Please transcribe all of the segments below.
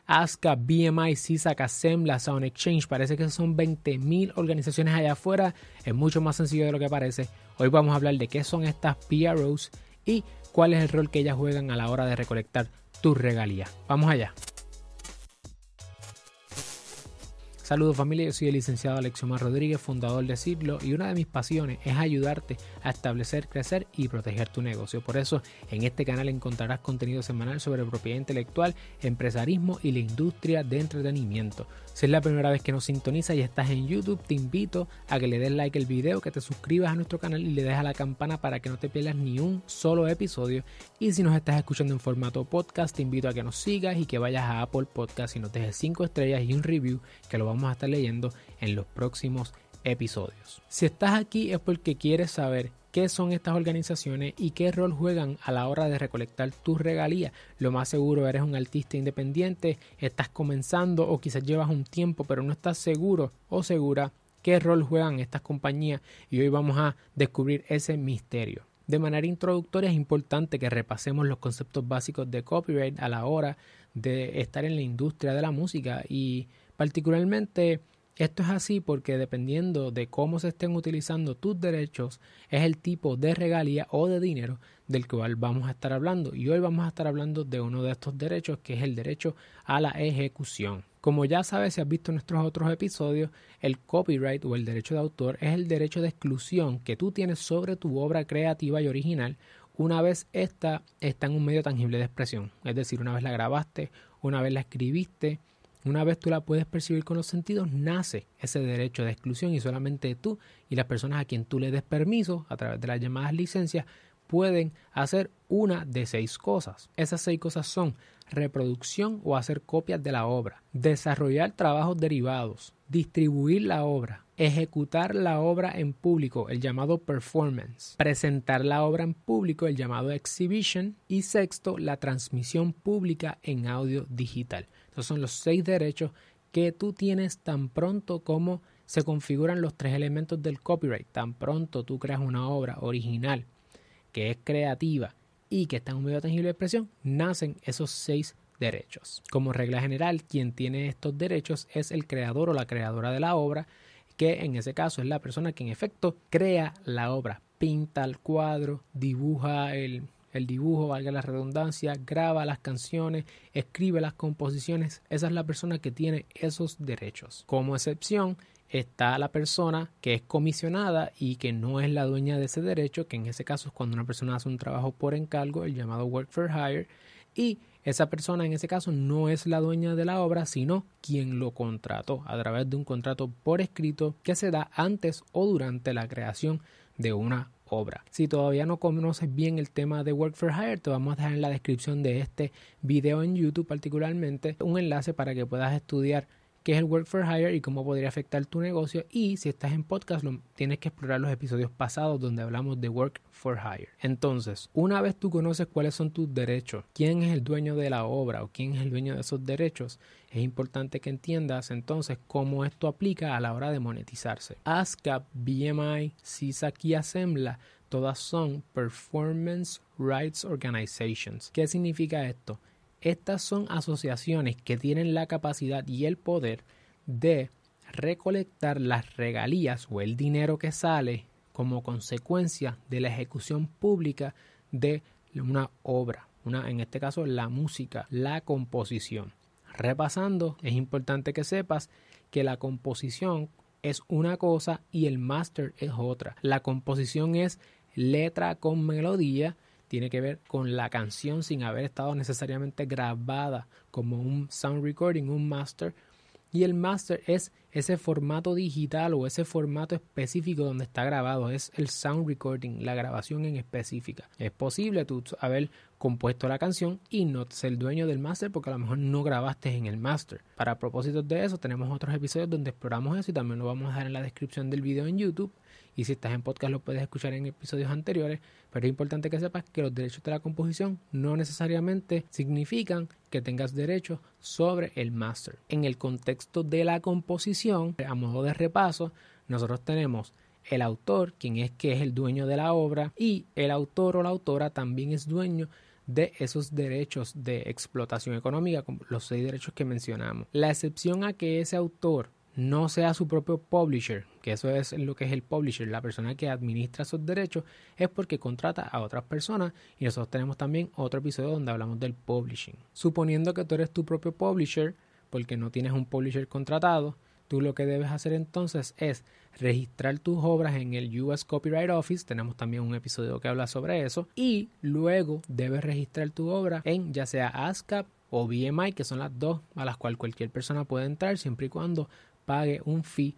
ASCAP, BMI, SESAC, Assembla, Sound Exchange. Parece que son 20,000 organizaciones allá afuera. Es mucho más sencillo de lo que parece. Hoy vamos a hablar de qué son estas PROs y cuál es el rol que ellas juegan a la hora de recolectar tus regalías. Vamos allá. Saludos familia, yo soy el licenciado Alexiomar Rodríguez, fundador de Siglo, y una de mis pasiones es ayudarte a establecer, crecer y proteger tu negocio. Por eso en este canal encontrarás contenido semanal sobre propiedad intelectual, empresarismo y la industria de entretenimiento. Si es la primera vez que nos sintonizas y estás en YouTube, te invito a que le des like al video, que te suscribas a nuestro canal y le des a la campana para que no te pierdas ni un solo episodio. Y si nos estás escuchando en formato podcast, te invito a que nos sigas y que vayas a Apple Podcast y nos dejes 5 estrellas y un review, que lo vamos a estar leyendo en los próximos episodios. Si estás aquí es porque quieres saber qué son estas organizaciones y qué rol juegan a la hora de recolectar tus regalías. Lo más seguro eres un artista independiente, estás comenzando o quizás llevas un tiempo pero no estás seguro o segura qué rol juegan estas compañías, y hoy vamos a descubrir ese misterio. De manera introductoria es importante que repasemos los conceptos básicos de copyright a la hora de estar en la industria de la música, y particularmente esto es así porque dependiendo de cómo se estén utilizando tus derechos es el tipo de regalía o de dinero del cual vamos a estar hablando, y hoy vamos a estar hablando de uno de estos derechos, que es el derecho a la ejecución. Como ya sabes, si has visto nuestros otros episodios, el copyright o el derecho de autor es el derecho de exclusión que tú tienes sobre tu obra creativa y original una vez esta está en un medio tangible de expresión, es decir, una vez la grabaste, una vez la escribiste, una vez tú la puedes percibir con los sentidos, nace ese derecho de exclusión, y solamente tú y las personas a quien tú le des permiso a través de las llamadas licencias pueden hacer una de 6 cosas. Esas 6 cosas son reproducción o hacer copias de la obra, desarrollar trabajos derivados, distribuir la obra, ejecutar la obra en público, el llamado performance, presentar la obra en público, el llamado exhibition, y sexto, la transmisión pública en audio digital. Esos son los 6 derechos que tú tienes tan pronto como se configuran los 3 elementos del copyright. Tan pronto tú creas una obra original que es creativa y que está en un medio tangible de expresión, nacen esos 6 derechos. Como regla general, quien tiene estos derechos es el creador o la creadora de la obra, que en ese caso es la persona que en efecto crea la obra, pinta el cuadro, dibuja el dibujo, valga la redundancia, graba las canciones, escribe las composiciones. Esa es la persona que tiene esos derechos. Como excepción está la persona que es comisionada y que no es la dueña de ese derecho, que en ese caso es cuando una persona hace un trabajo por encargo, el llamado work for hire, y esa persona en ese caso no es la dueña de la obra, sino quien lo contrató a través de un contrato por escrito que se da antes o durante la creación de una obra. Si todavía no conoces bien el tema de Work for Hire, te vamos a dejar en la descripción de este video en YouTube particularmente un enlace para que puedas estudiar qué es el Work for Hire y cómo podría afectar tu negocio, y si estás en podcast tienes que explorar los episodios pasados donde hablamos de Work for Hire. Entonces, una vez tú conoces cuáles son tus derechos, quién es el dueño de la obra o quién es el dueño de esos derechos, es importante que entiendas entonces cómo esto aplica a la hora de monetizarse. ASCAP, BMI, SESAC y Assembla todas son Performance Rights Organizations. ¿Qué significa esto? Estas son asociaciones que tienen la capacidad y el poder de recolectar las regalías o el dinero que sale como consecuencia de la ejecución pública de una obra, en este caso la música, la composición. Repasando, es importante que sepas que la composición es una cosa y el máster es otra. La composición es letra con melodía, tiene que ver con la canción sin haber estado necesariamente grabada como un sound recording, un master. Y el master es ese formato digital o ese formato específico donde está grabado, es el sound recording, la grabación en específica. Es posible tú haber compuesto la canción y no ser el dueño del master porque a lo mejor no grabaste en el master. Para propósitos de eso tenemos otros episodios donde exploramos eso y también lo vamos a dejar en la descripción del video en YouTube. Y si estás en podcast lo puedes escuchar en episodios anteriores, pero es importante que sepas que los derechos de la composición no necesariamente significan que tengas derechos sobre el máster. En el contexto de la composición, a modo de repaso, nosotros tenemos el autor, que es el dueño de la obra, y el autor o la autora también es dueño de esos derechos de explotación económica, como los 6 derechos que mencionamos. La excepción a que ese autor no sea su propio publisher, que eso es lo que es el publisher, la persona que administra esos derechos, es porque contrata a otras personas, y nosotros tenemos también otro episodio donde hablamos del publishing. Suponiendo que tú eres tu propio publisher, porque no tienes un publisher contratado, tú lo que debes hacer entonces es registrar tus obras en el US Copyright Office, tenemos también un episodio que habla sobre eso, y luego debes registrar tu obra en ya sea ASCAP o BMI, que son las dos a las cuales cualquier persona puede entrar siempre y cuando pague un fee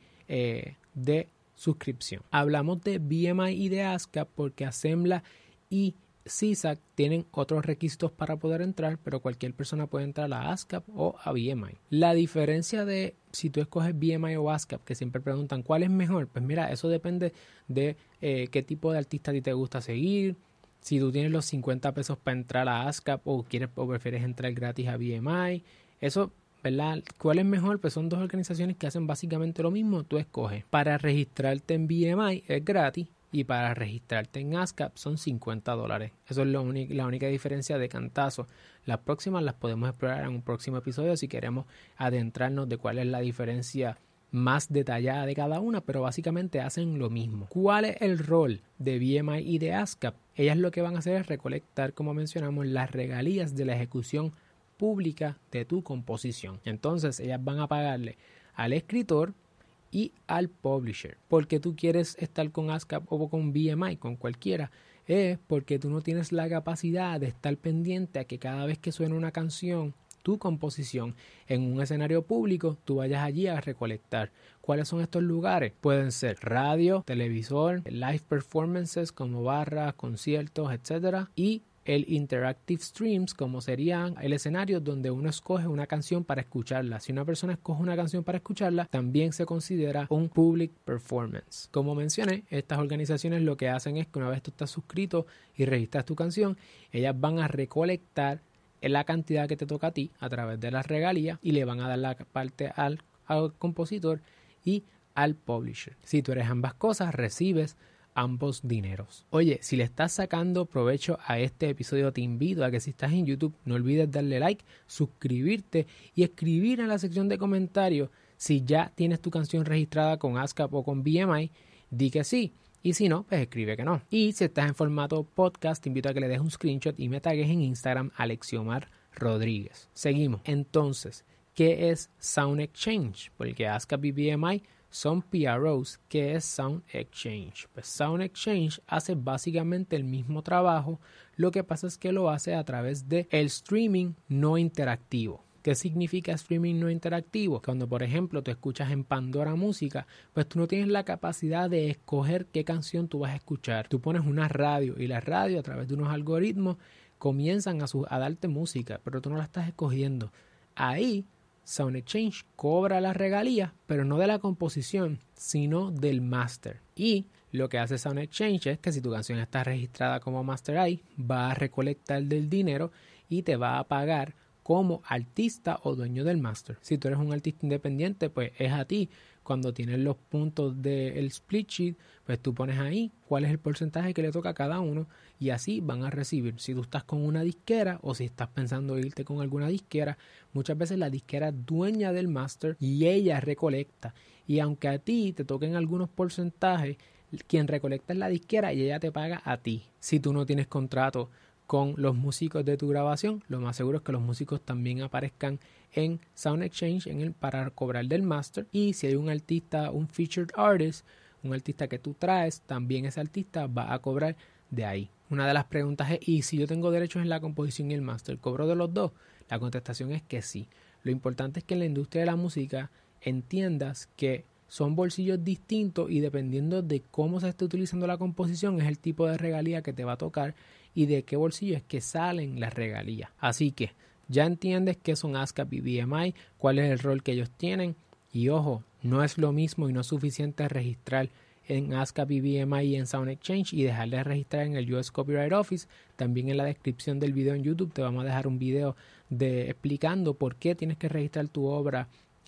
de suscripción. Hablamos de BMI y de ASCAP porque Assembla y SESAC tienen otros requisitos para poder entrar, pero cualquier persona puede entrar a ASCAP o a BMI. La diferencia de si tú escoges BMI o ASCAP, que siempre preguntan cuál es mejor, pues mira, eso depende de qué tipo de artista a ti te gusta seguir. Si tú tienes los 50 pesos para entrar a ASCAP o prefieres entrar gratis a BMI, eso, ¿verdad? ¿Cuál es mejor? Pues son dos organizaciones que hacen básicamente lo mismo, tú escoges. Para registrarte en BMI es gratis y para registrarte en ASCAP son $50. Eso es la única diferencia de cantazo. Las próximas las podemos explorar en un próximo episodio si queremos adentrarnos de cuál es la diferencia más detallada de cada una, pero básicamente hacen lo mismo. ¿Cuál es el rol de BMI y de ASCAP? Ellas lo que van a hacer es recolectar, como mencionamos, las regalías de la ejecución pública de tu composición. Entonces ellas van a pagarle al escritor y al publisher. Porque tú quieres estar con ASCAP o con BMI, con cualquiera, es porque tú no tienes la capacidad de estar pendiente a que cada vez que suene una canción, tu composición en un escenario público, tú vayas allí a recolectar. ¿Cuáles son estos lugares? Pueden ser radio, televisor, live performances como barras, conciertos, etcétera, y el interactive streams, como serían el escenario donde uno escoge una canción para escucharla. Si una persona escoge una canción para escucharla, también se considera un public performance. Como mencioné, estas organizaciones lo que hacen es que una vez tú estás suscrito y registras tu canción, ellas van a recolectar la cantidad que te toca a ti a través de las regalías y le van a dar la parte al compositor y al publisher. Si tú eres ambas cosas, recibes ambos dineros. Oye, si le estás sacando provecho a este episodio, te invito a que si estás en YouTube no olvides darle like, suscribirte y escribir en la sección de comentarios si ya tienes tu canción registrada con ASCAP o con BMI, di que sí. Y si no, pues escribe que no. Y si estás en formato podcast, te invito a que le des un screenshot y me tagues en Instagram Alexiomar Rodríguez. Seguimos. Entonces, ¿qué es Sound Exchange? Porque ASCAP y BMI son PROs. ¿Qué es Sound Exchange? Pues Sound Exchange hace básicamente el mismo trabajo, lo que pasa es que lo hace a través de el streaming no interactivo. ¿Qué significa streaming no interactivo? Cuando, por ejemplo, tú escuchas en Pandora música, pues tú no tienes la capacidad de escoger qué canción tú vas a escuchar. Tú pones una radio y la radio, a través de unos algoritmos, comienzan a darte música, pero tú no la estás escogiendo. Ahí Sound Exchange cobra las regalías, pero no de la composición, sino del máster. Y lo que hace Sound Exchange es que si tu canción está registrada como Master ahí, va a recolectar del dinero y te va a pagar como artista o dueño del máster. Si tú eres un artista independiente, pues es a ti. Cuando tienes los puntos del split sheet, pues tú pones ahí cuál es el porcentaje que le toca a cada uno y así van a recibir. Si tú estás con una disquera o si estás pensando irte con alguna disquera, muchas veces la disquera es dueña del máster y ella recolecta. Y aunque a ti te toquen algunos porcentajes, quien recolecta es la disquera y ella te paga a ti. Si tú no tienes contrato con los músicos de tu grabación, lo más seguro es que los músicos también aparezcan en Sound Exchange para cobrar del máster. Y si hay un artista, un featured artist, un artista que tú traes, también ese artista va a cobrar de ahí. Una de las preguntas es, ¿y si yo tengo derechos en la composición y el máster, cobro de los dos? La contestación es que sí. Lo importante es que en la industria de la música entiendas que son bolsillos distintos y dependiendo de cómo se esté utilizando la composición es el tipo de regalía que te va a tocar y de qué bolsillo es que salen las regalías. Así que ya entiendes qué son ASCAP y BMI, cuál es el rol que ellos tienen y ojo, no es lo mismo y no es suficiente registrar en ASCAP y BMI y en Sound Exchange y dejar de registrar en el US Copyright Office. También en la descripción del video en YouTube te vamos a dejar un video explicando por qué tienes que registrar tu obra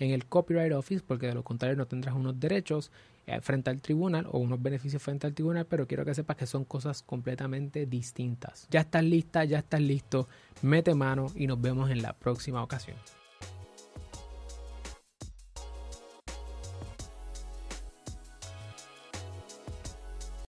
en el Copyright Office, porque de lo contrario no tendrás unos derechos frente al tribunal o unos beneficios frente al tribunal, pero quiero que sepas que son cosas completamente distintas. Ya estás lista, ya estás listo, mete mano y nos vemos en la próxima ocasión.